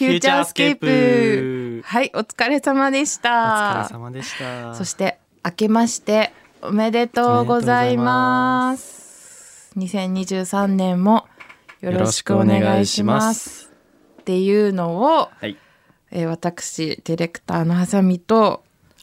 フューチャースケープ。はい、お疲れ様でしおた。 疲れ様でした。 そして明けましておめでとうございます。2023年もよろしくお願いします。っていうのを、 はい。 私ディレクターのハサミと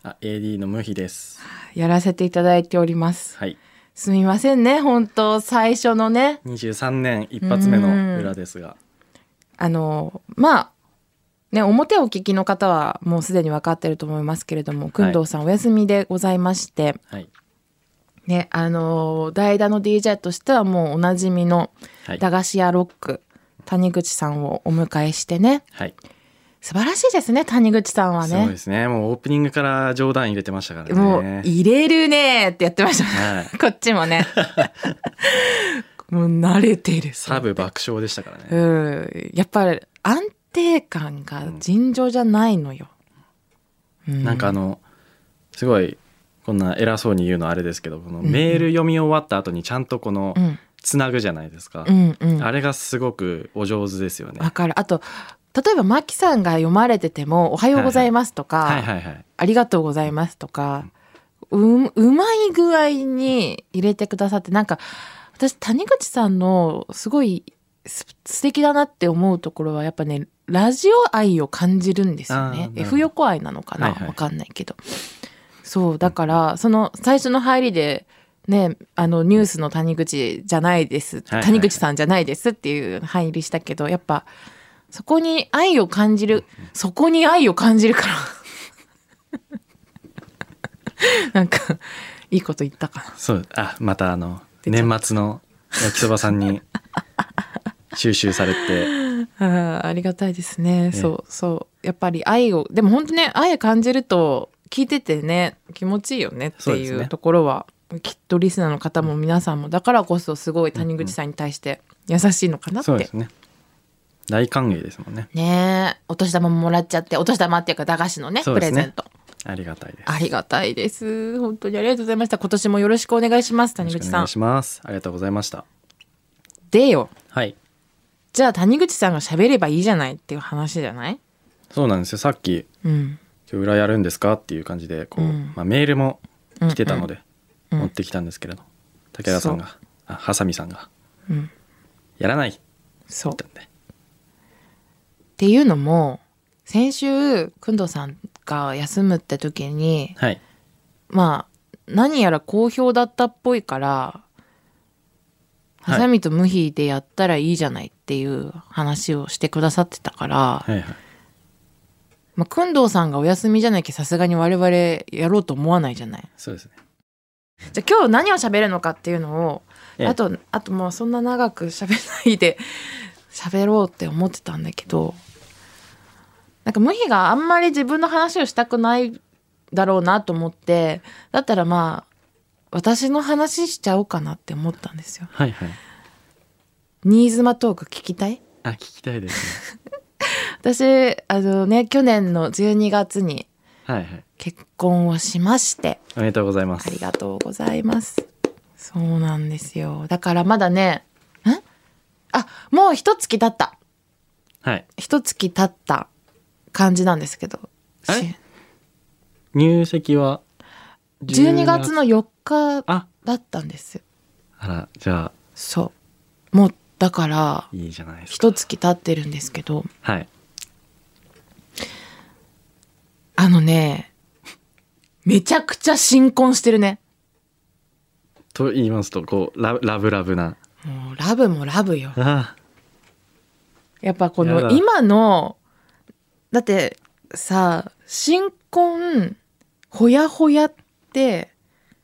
AD のムヒです。 やらせていただいております。 はい。 すみませんね、本当最初のね。 23年一発目の裏ですが。 まあね、表をお聞きの方はもうすでに分かってると思いますけれども、工藤さんお休みでございまして、 はい。 ね、代打の DJ としてはもうおなじみの駄菓子屋ロック、谷口さんをお迎えしてね、 はい。 素晴らしいですね、谷口さんはね。 そうですね。もうオープニングから冗談入れてましたからね。 もう入れるねってやってました、 はい、 こっちもねもう慣れてる。 サブ爆笑でしたからね。 やっぱり安定感が尋常じゃないのよ。 なんかすごいこんな偉そうに言うのあれですけど、このメール読み終わった後にちゃんとこのつなぐじゃないですか。あれがすごくお上手ですよね。 わかる。あと例えばマキさんが読まれててもおはようございますとか、ありがとうございますとか、うまい具合に入れてくださって、なんか私谷口さんのすごい素敵だなって思うところはやっぱね、ラジオ愛を感じるんですよね。F 横愛なのかな、わかんないけど、そうだからその最初の入りでね、ニュースの谷口じゃないです、谷口さんじゃないですっていう入りしたけど、やっぱそこに愛を感じる、そこに愛を感じるからなんかいいこと言ったかな。 そう、また年末の焼きそばさんに収集されてありがたいですね。そうやっぱり愛を、でも本当ね、愛を感じると聞いててね、気持ちいいよねっていうところは、きっとリスナーの方も皆さんもだからこそすごい谷口さんに対して優しいのかなって。 そうですね、大歓迎ですもんね。 ねえ、お年玉ももらっちゃって、お年玉っていうか駄菓子の ねプレゼント、 ありがたいです。 ありがたいです。本当にありがとうございました。今年もよろしくお願いします。谷口さん、お願いします。ありがとうございました。 でよ、 はい、 じゃあ谷口さんが喋ればいいじゃないっていう話じゃない？ そうなんですよ。さっき、今日裏やるんですかっていう感じでこう、メールも来てたので持ってきたんですけれど、武田さんがハサミさんが、やらないって言ったんで。 っていうのも先週工藤さんが休むって時に、まあ何やら好評だったっぽいから、ハサミとムヒでやったらいいじゃないっていう話をしてくださってたから、まあ、工藤さんがお休みじゃなきゃさすがに我々やろうと思わないじゃない。 そうですね。 じゃあ今日何を喋るのかっていうのを、あともうそんな長く喋らないで喋ろうって思ってたんだけど、なんかムヒがあんまり自分の話をしたくないだろうなと思って、だったらまあ私の話しちゃおうかなって思ったんですよ。新妻トーク聞きたい？ 聞きたいですね私去年の12月に結婚をしまして、 おめでとうございます。 ありがとうございます。そうなんですよ。だからまだね、もう一月経った。一月経った感じなんですけど。 入籍は 12月の4日だったんです。 じゃあそうもうだからいいじゃないですか。 一月経ってるんですけど、めちゃくちゃ新婚してるね。 と言いますと、こうラブラブな。 もうラブもラブよ。やっぱこの今のだってさ、新婚ほやほやって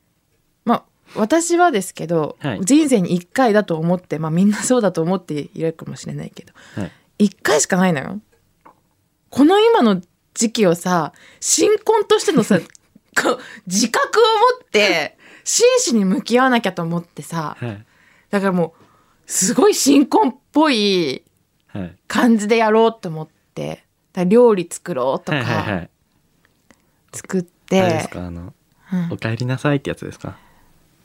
私はですけど、人生に1回だと思って、みんなそうだと思っているかもしれないけど、1回しかないのよ。この今の時期をさ、新婚としてのさ自覚を持って真摯に向き合わなきゃと思ってさ、だからもうすごい新婚っぽい感じでやろうと思って、料理作ろうとか作って、 お帰りなさいってやつですか？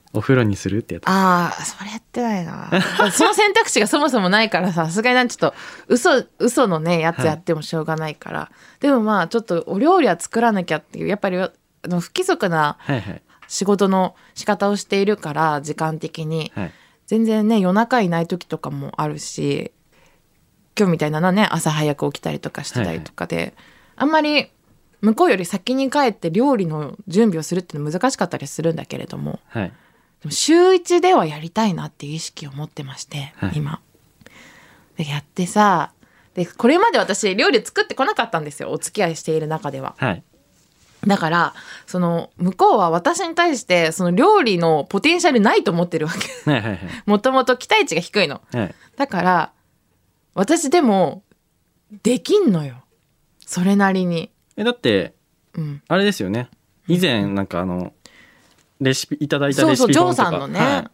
お風呂にするってやつ。 ああ、それやってないな。その選択肢がそもそもないからさすがにちょっと嘘のねやつやってもしょうがないから、はい、でもまあちょっとお料理は作らなきゃっていうやっぱり不規則な仕事の仕方をしているから時間的に、はい、全然ね夜中いない時とかもあるし、今日みたいなのね朝早く起きたりとかしてたりとかで、はいはい、あんまり向こうより先に帰って料理の準備をするっていうの難しかったりするんだけれども、はい、でも週1ではやりたいなっていう意識を持ってまして、はい、今でやってさ、でこれまで私料理作ってこなかったんですよ、お付き合いしている中では、はい、だからその向こうは私に対してその料理のポテンシャルないと思ってるわけ、はいはいはい、もともと期待値が低いの、はい、だから私でもできんのよそれなりに。 だって、うん、あれですよね、以前なんかレシピいただいたレシピ本とか、 ジョーさんのね、 はい、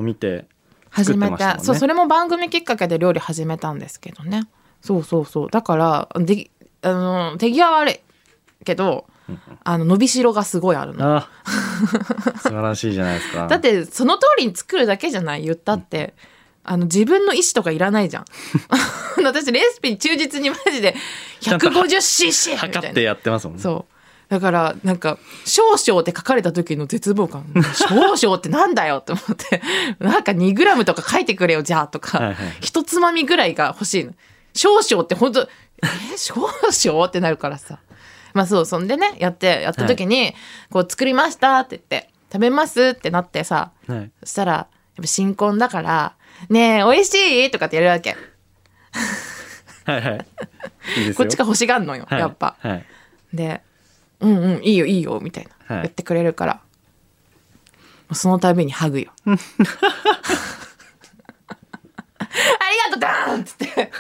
見て作ってましたもんね。 それも番組きっかけで料理始めたんですけどね。そうだから手際悪いけど伸びしろがすごいあるの。 素晴らしいじゃないですか。 だってその通りに作るだけじゃない、言ったって、自分の意思とかいらないじゃん私レシピに忠実にマジで 150cc みたいな測ってやってますもんね。 そうだからなんか少々って書かれた時の絶望感少々ってなんだよって思ってなんか 2g とか書いてくれよじゃあとか、はいはい、一つまみぐらいが欲しいの。少々って本当少々ってなるからさ、まあそう、そんでねやった時に、はい、こう作りましたって言って食べますってなってさ、はい、そしたらやっぱ新婚だからねえ美味しいとかってやるわけはいはいいいですよ、 こっちが欲しがんのよ、はい、やっぱ、はい、でうんいいよみたいな、はい、言ってくれるからその度にハグよありがとうダーンっつって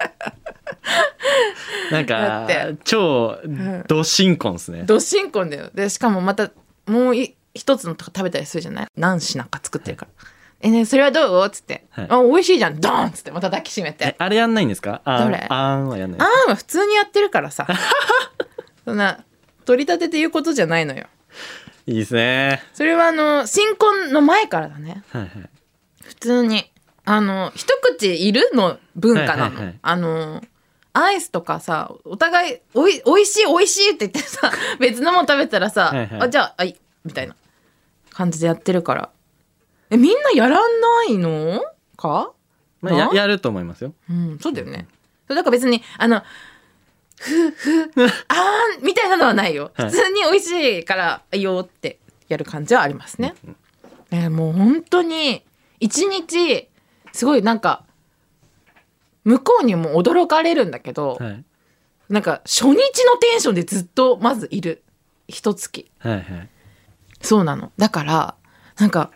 なんか超ド新婚ですね、 ド新婚だよ。でしかもまたもう一つのとか食べたりするじゃない、何品か作ってるから、はい、ね、それはどうっつって、はい、美味しいじゃんドーンっつってまた抱きしめて。 あれやんないんですか？ どれ？ あんはやんない。 あんは普通にやってるからさそんな取り立てて言うことじゃないのよ。 いいですね。 それは新婚の前からだね、はいはい、普通に一口いるの文化なの、はいはいはい、アイスとかさお互いおいしいって言ってさ別のもの食べたらさ、はいはい、じゃあみたいな感じでやってるから。みんなやらないのか、 まあ、やると思いますよ、 うん、そうだよね。だから別にあーんみたいなのはないよ、はい、普通に美味しいからいいよってやる感じはありますね、もう本当に一日すごいなんか向こうにも驚かれるんだけど、はい、なんか初日のテンションでずっとまずいる一月、はいはい、そうなの。だからなんか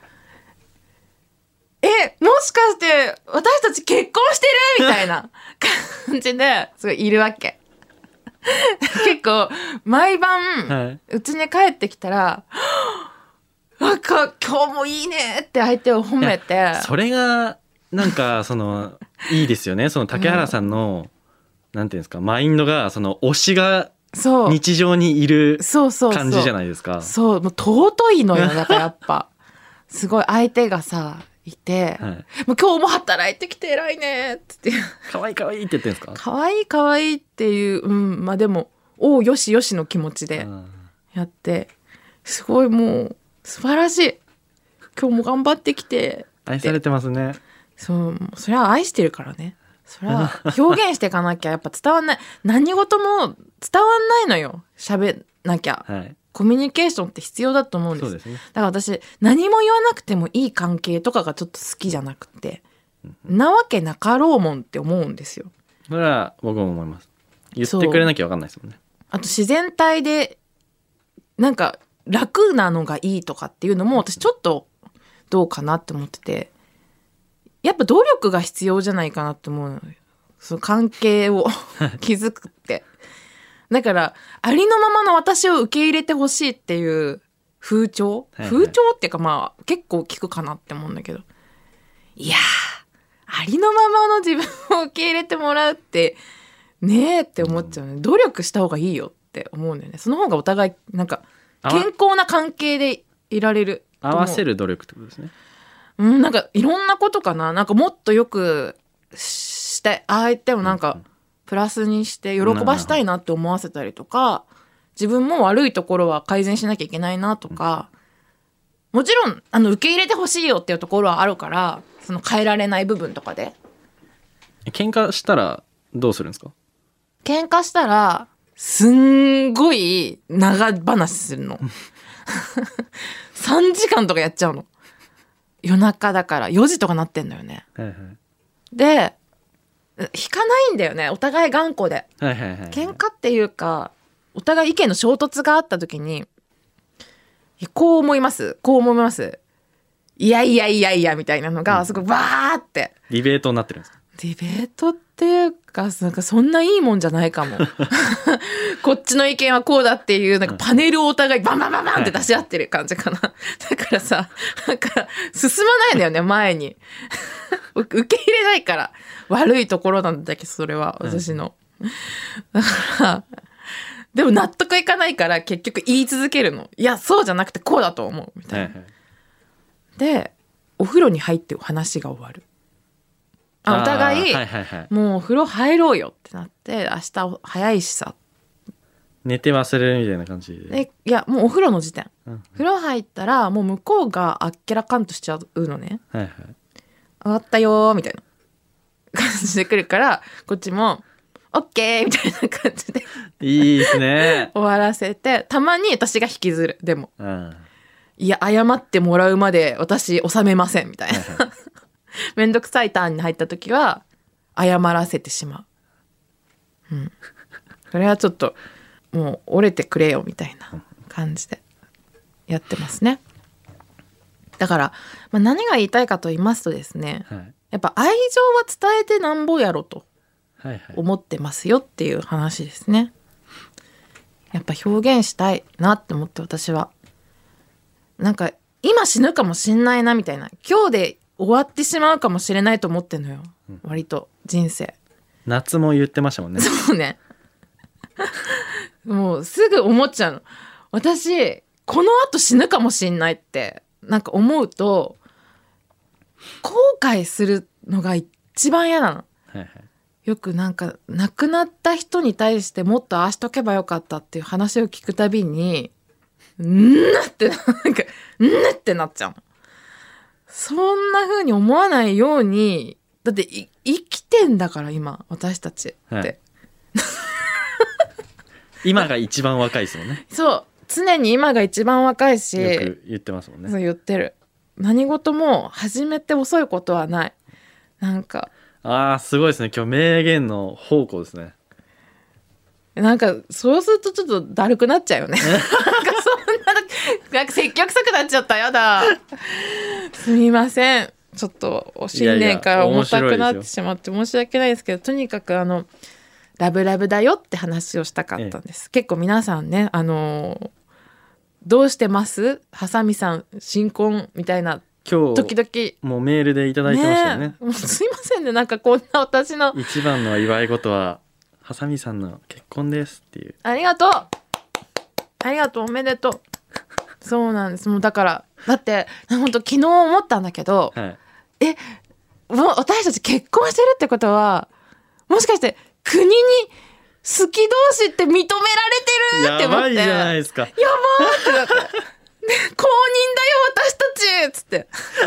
もしかして私たち結婚してるみたいな感じですごいいるわけ結構毎晩うちに帰ってきたらなんか今日もいいねって相手を褒めて、 それがなんかいいですよね。その竹原さんの、なんていうんですか、マインドが推しが日常にいる感じじゃないですか。 そうもう尊いのよ。だからやっぱすごい相手がさいて、はい、もう今日も働いてきて偉いねって可愛い可愛いって言ってるんですか？ 可愛い可愛いっていう、まあでもよしよしの気持ちでやって、すごいもう素晴らしい、今日も頑張ってきて愛されてますね。 それは愛してるからね。それは表現していかなきゃやっぱ伝わんない何事も伝わんないのよ、喋んなきゃ、はい、コミュニケーションって必要だと思うんです。そうですね。だから私何も言わなくてもいい関係とかがちょっと好きじゃなくて、なわけなかろうもんって思うんですよ。 それは僕も思います。言ってくれなきゃ分かんないですもんね。 あと自然体でなんか楽なのがいいとかっていうのも私ちょっとどうかなって思ってて、やっぱ努力が必要じゃないかなって思うのよ、その関係を築くってだからありのままの私を受け入れてほしいっていう風潮、はいはい、風潮っていうかまあ結構聞くかなって思うんだけど、いやありのままの自分を受け入れてもらうってねえって思っちゃうね、努力した方がいいよって思うんだよね。その方がお互いなんか健康な関係でいられる。 合わせる努力ってことですね。 なんかいろんなことかな。なんかもっとよくして相手をなんかプラスにして喜ばしたいなって思わせたりとか、自分も悪いところは改善しなきゃいけないなとか、もちろん受け入れてほしいよっていうところはあるから、その変えられない部分とかで。 喧嘩したらどうするんですか？ 喧嘩したらすんごい長話するの3時間とかやっちゃうの。夜中だから4時とかなってんだよね、はいはい、で引かないんだよね、お互い頑固で、はいはいはいはい、喧嘩っていうかお互い意見の衝突があった時にこう思います、こう思います、いやいやいやいやみたいなのがすごいバーってディベートになってるんですか？ ディベートっていうか、なんかそんないいもんじゃないかもこっちの意見はこうだっていうなんかパネルをお互いバンバンバンバンって出し合ってる感じかなだからさ、なんか進まないんだよね前に受け入れないから。悪いところなんだけどそれは私の、だからでも納得いかないから結局言い続けるの。いやそうじゃなくてこうだと思うみたいな、はいはい、でお風呂に入って話が終わる。お互い、はいはいはい、もうお風呂入ろうよってなって、明日早いしさ、 寝て忘れるみたいな感じで、 いやもうお風呂の時点、風呂入ったらもう向こうがあっけらかんとしちゃうのね、はいはい、上がったよみたいな感じで来るから、こっちもオッケーみたいな感じでいいですね終わらせて、たまに私が引きずる。でも、いや謝ってもらうまで私収めませんみたいな、はいはい、めんどくさいターンに入った時は謝らせてしまう、それはちょっともう折れてくれよみたいな感じでやってますね。だから、何が言いたいかと言いますとですね、はい、やっぱ愛情は伝えてなんぼやろと思ってますよっていう話ですね。やっぱ表現したいなって思って、私はなんか今死ぬかもしんないなみたいな、今日で終わってしまうかもしれないと思ってんのよ、割と人生。 夏も言ってましたもんね。 そうねもうすぐ思っちゃうの。私この後死ぬかもしんないってなんか思うと後悔するのが一番嫌なの、はいはい、よくなんか亡くなった人に対してもっとああしとけばよかったっていう話を聞くたびにってなっちゃうの。そんな風に思わないように、だって生きてんだから今私たちって、はい今が一番若いですもんね。 そう常に今が一番若いし、 よく言ってますもんね。 そう言ってる。何事も始めて遅いことはない。なんかすごいですね。今日名言の宝庫ですね。 なんかそうするとちょっとだるくなっちゃうよねなんかそんなんか積極臭くなっちゃった。やだすみません、ちょっと新年から重たくなってしまって申し訳ないですけど、とにかくラブラブだよって話をしたかったんです、結構皆さんねどうしてますハサミさん新婚みたいな今日時々 もうメールでいただいてましたよね。 もうすいませんね、なんかこんな私の一番の祝い事はハサミさんの結婚ですっていう。 ありがとうおめでとうそうなんです。もうだからだって本当昨日思ったんだけど、はい、もう私たち結婚してるってことはもしかして国に好き同士って認められてるって思って、 やばいじゃないですか。 やばーってなって公認だよ私たちっつってや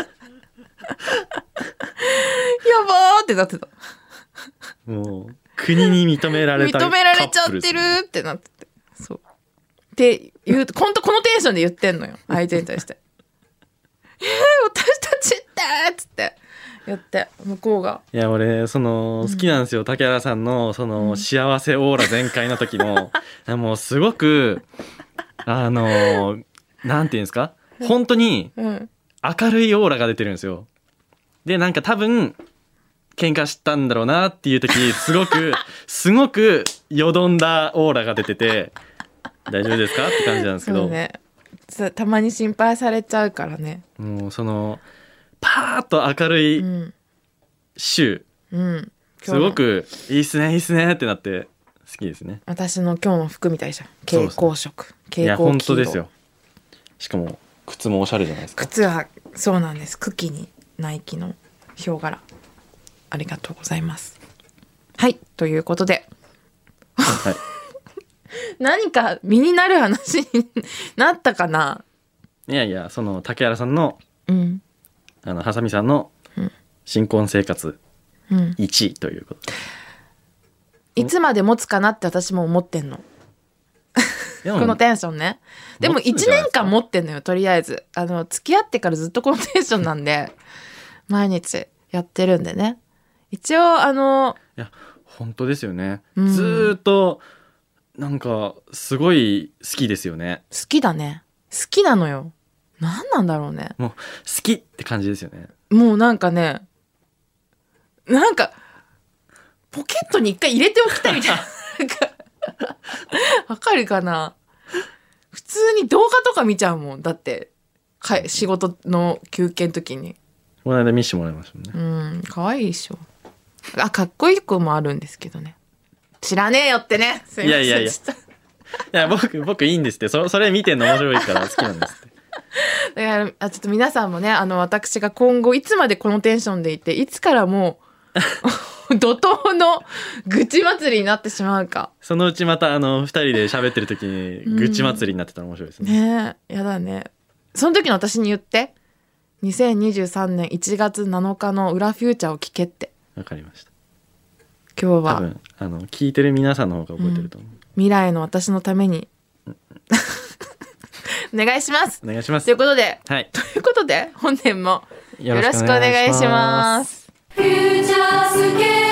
ばーってなってた。 もう国に認められた認められちゃってるってなってて、そうって言うとこのテンションで言ってんのよ相手に対して私たちってっつってやって向こうが、 いや俺好きなんですよ、竹原さんの幸せオーラ全開の時のもうすごくなんていうんですか、本当に明るいオーラが出てるんですよ。でなんか多分喧嘩したんだろうなっていう時すごくよどんだオーラが出てて大丈夫ですかって感じなんですけど、 そうね、たまに心配されちゃうからね。 もうパーッと明るい週、すごくいいっすねいいっすねってなって好きですね。 私の今日の服みたいじゃん、蛍光色、蛍光黄色。 いや本当ですよ。しかも靴もおしゃれじゃないですか。 靴はそうなんです。茎にナイキのヒョウ柄、ありがとうございます。はいということで、はい、何か身になる話になったかな。 いやいや、その竹原さんの、 うん、 はさみさんの新婚生活1位ということ、 いつまで持つかなって私も思ってんのこのテンションね。でも1年間持ってんのよ。とりあえず付き合ってからずっとこのテンションなんで毎日やってるんでね。一応いや本当ですよね、ずっとなんかすごい好きですよね。 好きだね。好きなのよ。何なんだろうね。 もう好きって感じですよね。 もうなんかね、なんかポケットに一回入れておきたいみたいなわかるかな。普通に動画とか見ちゃうもん。だって仕事の休憩の時にこの間見せてもらいましたもんね。 可愛いでしょ。かっこいい子もあるんですけどね。知らねえよってね。すいません。いや僕いいんですって。それ見てんの面白いから好きなんですって。 だからちょっと皆さんもね、私が今後いつまでこのテンションでいて、いつからもう怒涛の愚痴祭りになってしまうか。 そのうちまた2人で喋ってる時に愚痴祭りになってたら面白いですね。 ねえ、やだね。その時の私に言って、2023年1月7日の裏フューチャーを聞けって。 わかりました。 今日は多分聞いてる皆さんの方が覚えてると思う、 未来の私のためにお願いします。 お願いします。 ということで、 はい、 ということで本年もよろしくお願いします。フューチャースケ